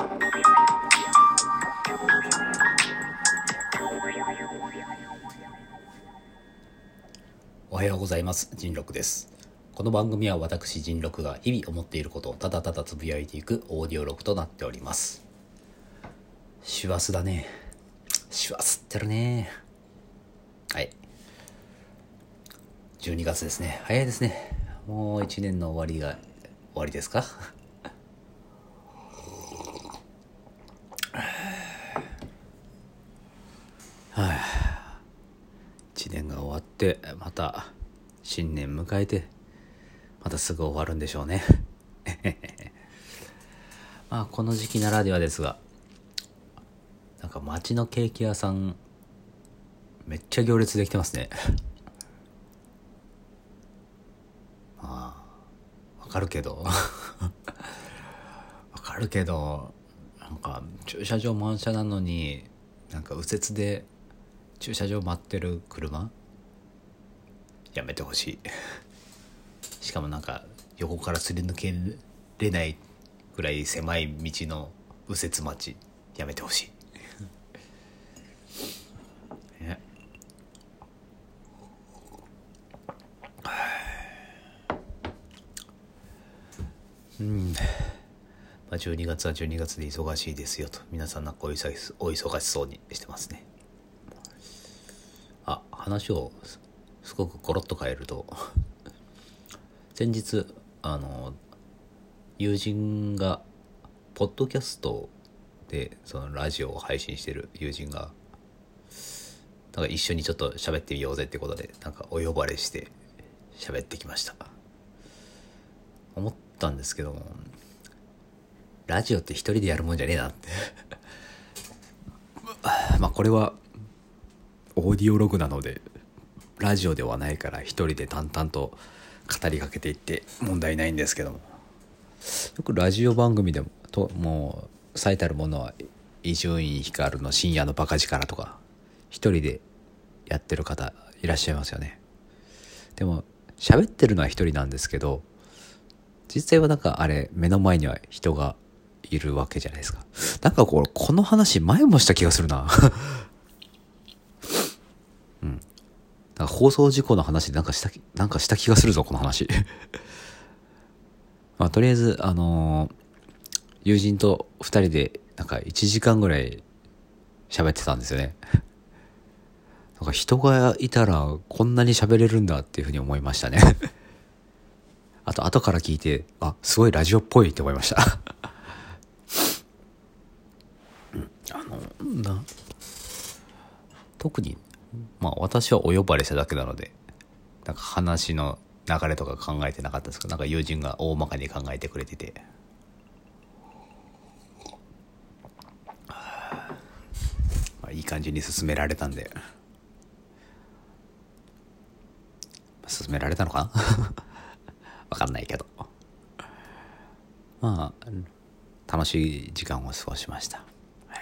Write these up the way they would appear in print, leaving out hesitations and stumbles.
おはようございます。人六です。この番組は私人六が日々思っていることをただただつぶやいていくオーディオ録となっております。師走だね。師走ってるね。はい。12月ですね。早いですね。もう1年の終わりですか。1年が終わってまた新年迎えてまたすぐ終わるんでしょうね。まあこの時期ならではですが、なんか街のケーキ屋さんめっちゃ行列できてますね。まあわかるけどなんか駐車場満車なのになんか右折で駐車場待ってる車やめてほしい。しかもなんか横からすり抜けれないぐらい狭い道の右折待ちやめてほしい。まあ、12月は12月で忙しいですよと、皆さんなんかお忙しそうにしてますね。話をすごくコロッと変えると先日友人がポッドキャストでそのラジオを配信してる友人がなんか一緒にちょっと喋ってみようぜってことでなんかお呼ばれして喋ってきました。思ったんですけども、ラジオって一人でやるもんじゃねえなってまあこれはオーディオログなのでラジオではないから一人で淡々と語りかけていって問題ないんですけども、よくラジオ番組でもう最たるものは伊集院光の深夜のバカ力とか一人でやってる方いらっしゃいますよね。でも喋ってるのは一人なんですけど、実際はなんかあれ目の前には人がいるわけじゃないですか。なんかこの話前もした気がするななんか放送事故の話でなんかした気がするぞこの話まあとりあえず友人と2人でなんか1時間ぐらい喋ってたんですよね。なんか人がいたらこんなに喋れるんだっていうふうに思いましたねあと後から聞いてすごいラジオっぽいって思いました特にまあ私はお呼ばれしただけなのでなんか話の流れとか考えてなかったですけど、なんか友人が大まかに考えてくれてて、まあ、いい感じに進められたんで、進められたのかなわかんないけど、まあ楽しい時間を過ごしました。はい。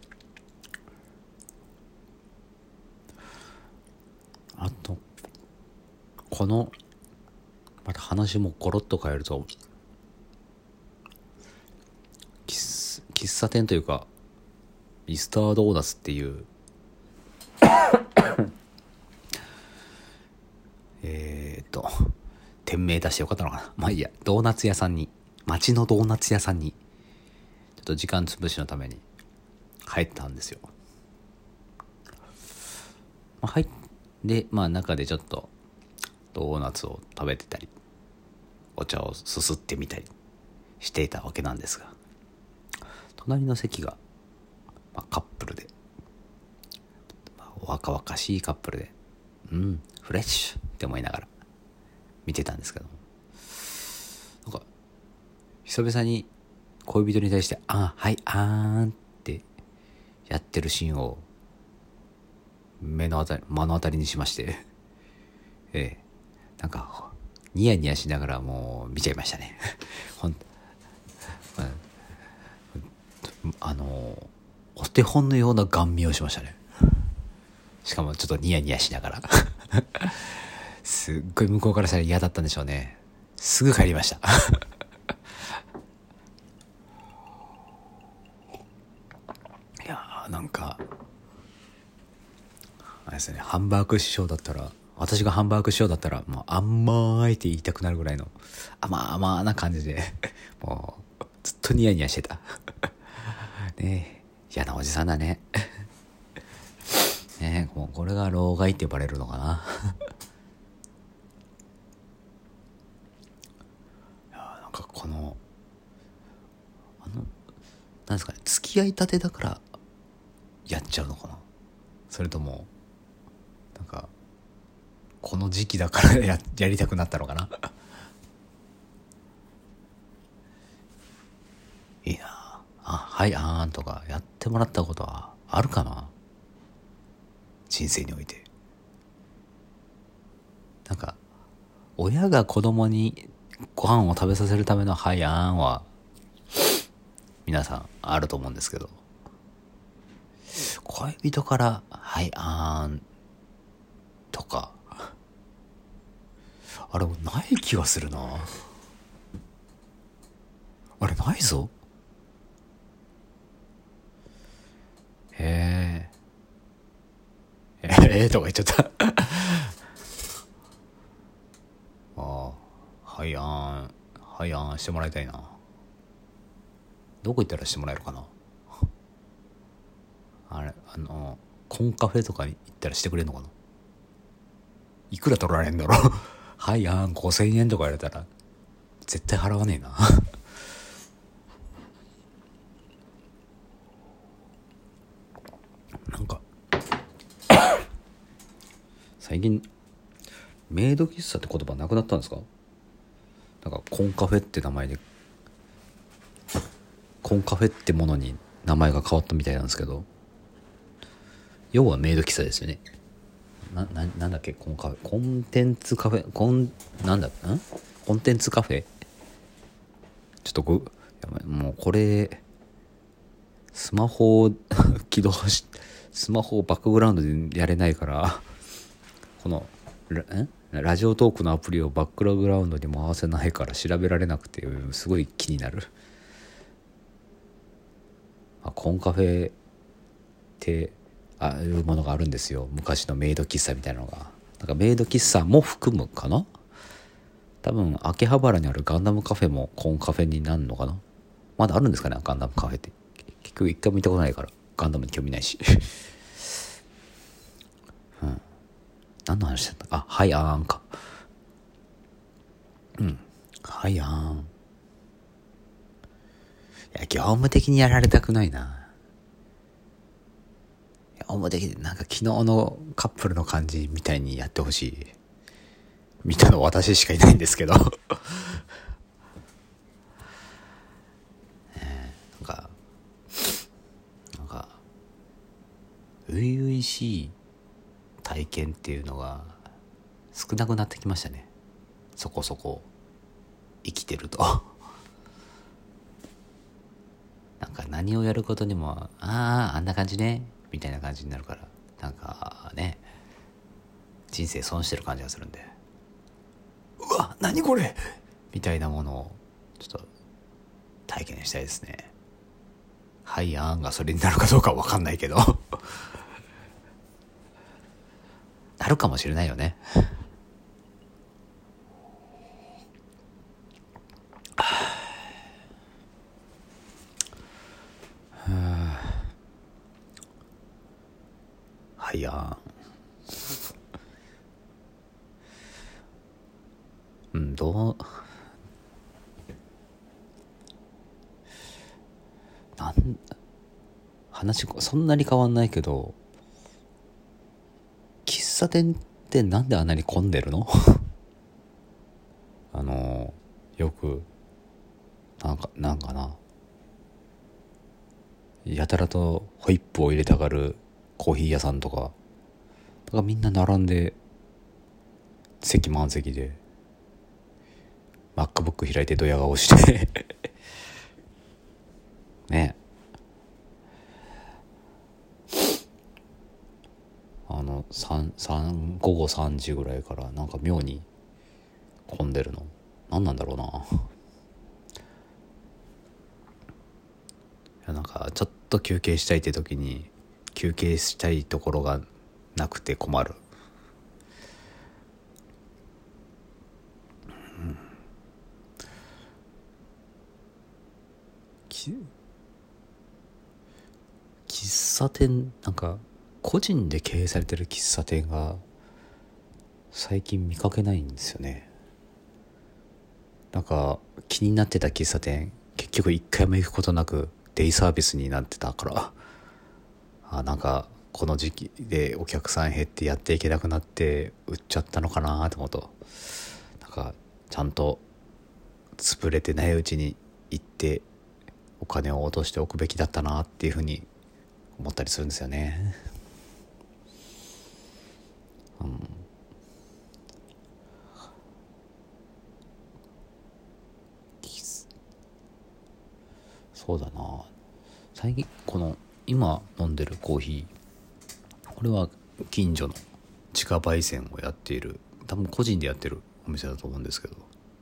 あとまた話もコロッと変えると喫茶店というかミスタードーナツっていう店名出してよかったのかな。まあいいや、街のドーナツ屋さんにちょっと時間潰しのために入ったんですよ。入ってまあ中でちょっとドーナツを食べてたりお茶をすすってみたりしていたわけなんですが、隣の席が、カップルで、若々しいカップルでフレッシュって思いながら見てたんですけど、なんか久々に恋人に対してはいってやってるシーンを目の当たりにしましてなんかニヤニヤしながらもう見ちゃいましたねお手本のようなガン見をしましたね。しかもちょっとニヤニヤしながらすっごい向こうからしたら嫌だったんでしょうね。すぐ帰りましたなんかあれですね、ハンバーグ師匠だったら、私がハンバーグ師匠だったらもう甘いって言いたくなるぐらいの甘な感じでもうずっとニヤニヤしてたねえ、嫌なおじさんだねねえ、もうこれが老害って呼ばれるのかないやなんかこのなんですかね、付き合いたてだからやっちゃうのかな、それともなんかこの時期だからやりたくなったのかな。いいなあ、はいあーんとかやってもらったことはあるかな、人生において。なんか親が子供にご飯を食べさせるためのはいあーんは皆さんあると思うんですけど、恋人からはいあーんとかあれない気がするな。あれないぞ。へえとか言っちゃったああ、はいはいしてもらいたいな。どこ行ったらしてもらえるかな。あれコンカフェとかに行ったらしてくれるのかな。いくら取られんだろうはい5000円とか言われたら絶対払わねえななんか最近メイド喫茶って言葉なくなったんですか。なんかコンカフェって名前で、コンカフェってものに名前が変わったみたいなんですけど、要はメイド喫茶ですよね。なんだっけ、コンカフェ、コンテンツカフェ、コンテンツカフェ。ちょっともうこれスマホを起動しスマホをバックグラウンドでやれないからこのラジオトークのアプリをバックグラウンドに回せないから調べられなくてすごい気になる。コンカフェってああいうものがあるんですよ。昔のメイド喫茶みたいなのが。なんかメイド喫茶も含むかな。多分秋葉原にあるガンダムカフェもコンカフェになるのかな。まだあるんですかね、ガンダムカフェって。結局一回も見たことないからガンダムに興味ないし何の話だったか。はいあーんか。はいあーん。いや業務的にやられたくないな。業務的になんか昨日のカップルの感じみたいにやってほしい。見たの私しかいないんですけどなんか初々しい体験っていうのが少なくなってきましたね。そこそこ生きてるとなんか何をやることにもあんな感じねみたいな感じになるから、なんかね、人生損してる感じがするんで、うわ何これみたいなものをちょっと体験したいですね。はいあんがそれになるかどうかは分かんないけどなるかもしれないよね。はいやどう話そんなに変わんないけど、喫茶店ってなんであんなに混んでるのよくなんかな、やたらとホイップを入れたがるコーヒー屋さんとかみんな並んで席満席で MacBook 開いてドヤ顔してね、午後3時ぐらいからなんか妙に混んでるの何なんだろうな。いやなんかちょっと休憩したいって時に休憩したいところがなくて困る。喫茶店、なんか個人で経営されてる喫茶店が最近見かけないんですよね。なんか気になってた喫茶店、結局一回も行くことなくデイサービスになってたから、なんかこの時期でお客さん減ってやっていけなくなって売っちゃったのかなと思うと、なんかちゃんと潰れてないうちに行ってお金を落としておくべきだったなっていうふうに思ったりするんですよね。そうだな、最近この今飲んでるコーヒー、これは近所の自家焙煎をやっている、多分個人でやってるお店だと思うんですけど、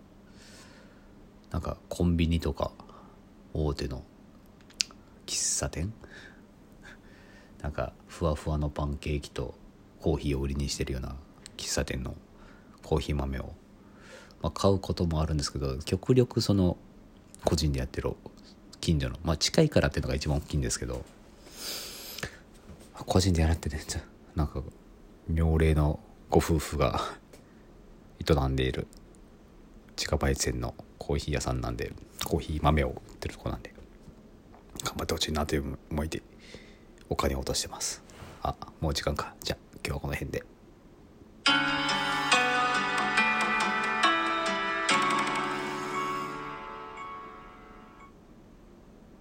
なんかコンビニとか大手の喫茶店、なんかふわふわのパンケーキとコーヒーを売りにしてるような喫茶店のコーヒー豆を、買うこともあるんですけど、極力その個人でやってる近所の、近いからっていうのが一番大きいんですけど、個人でやらってね、なんか妙齢のご夫婦が営んでいる自家焙煎のコーヒー屋さんなんで、コーヒー豆を売ってるとこなんで頑張ってほしいなという思いでお金を落としてます。もう時間か。じゃあ今日はこの辺で。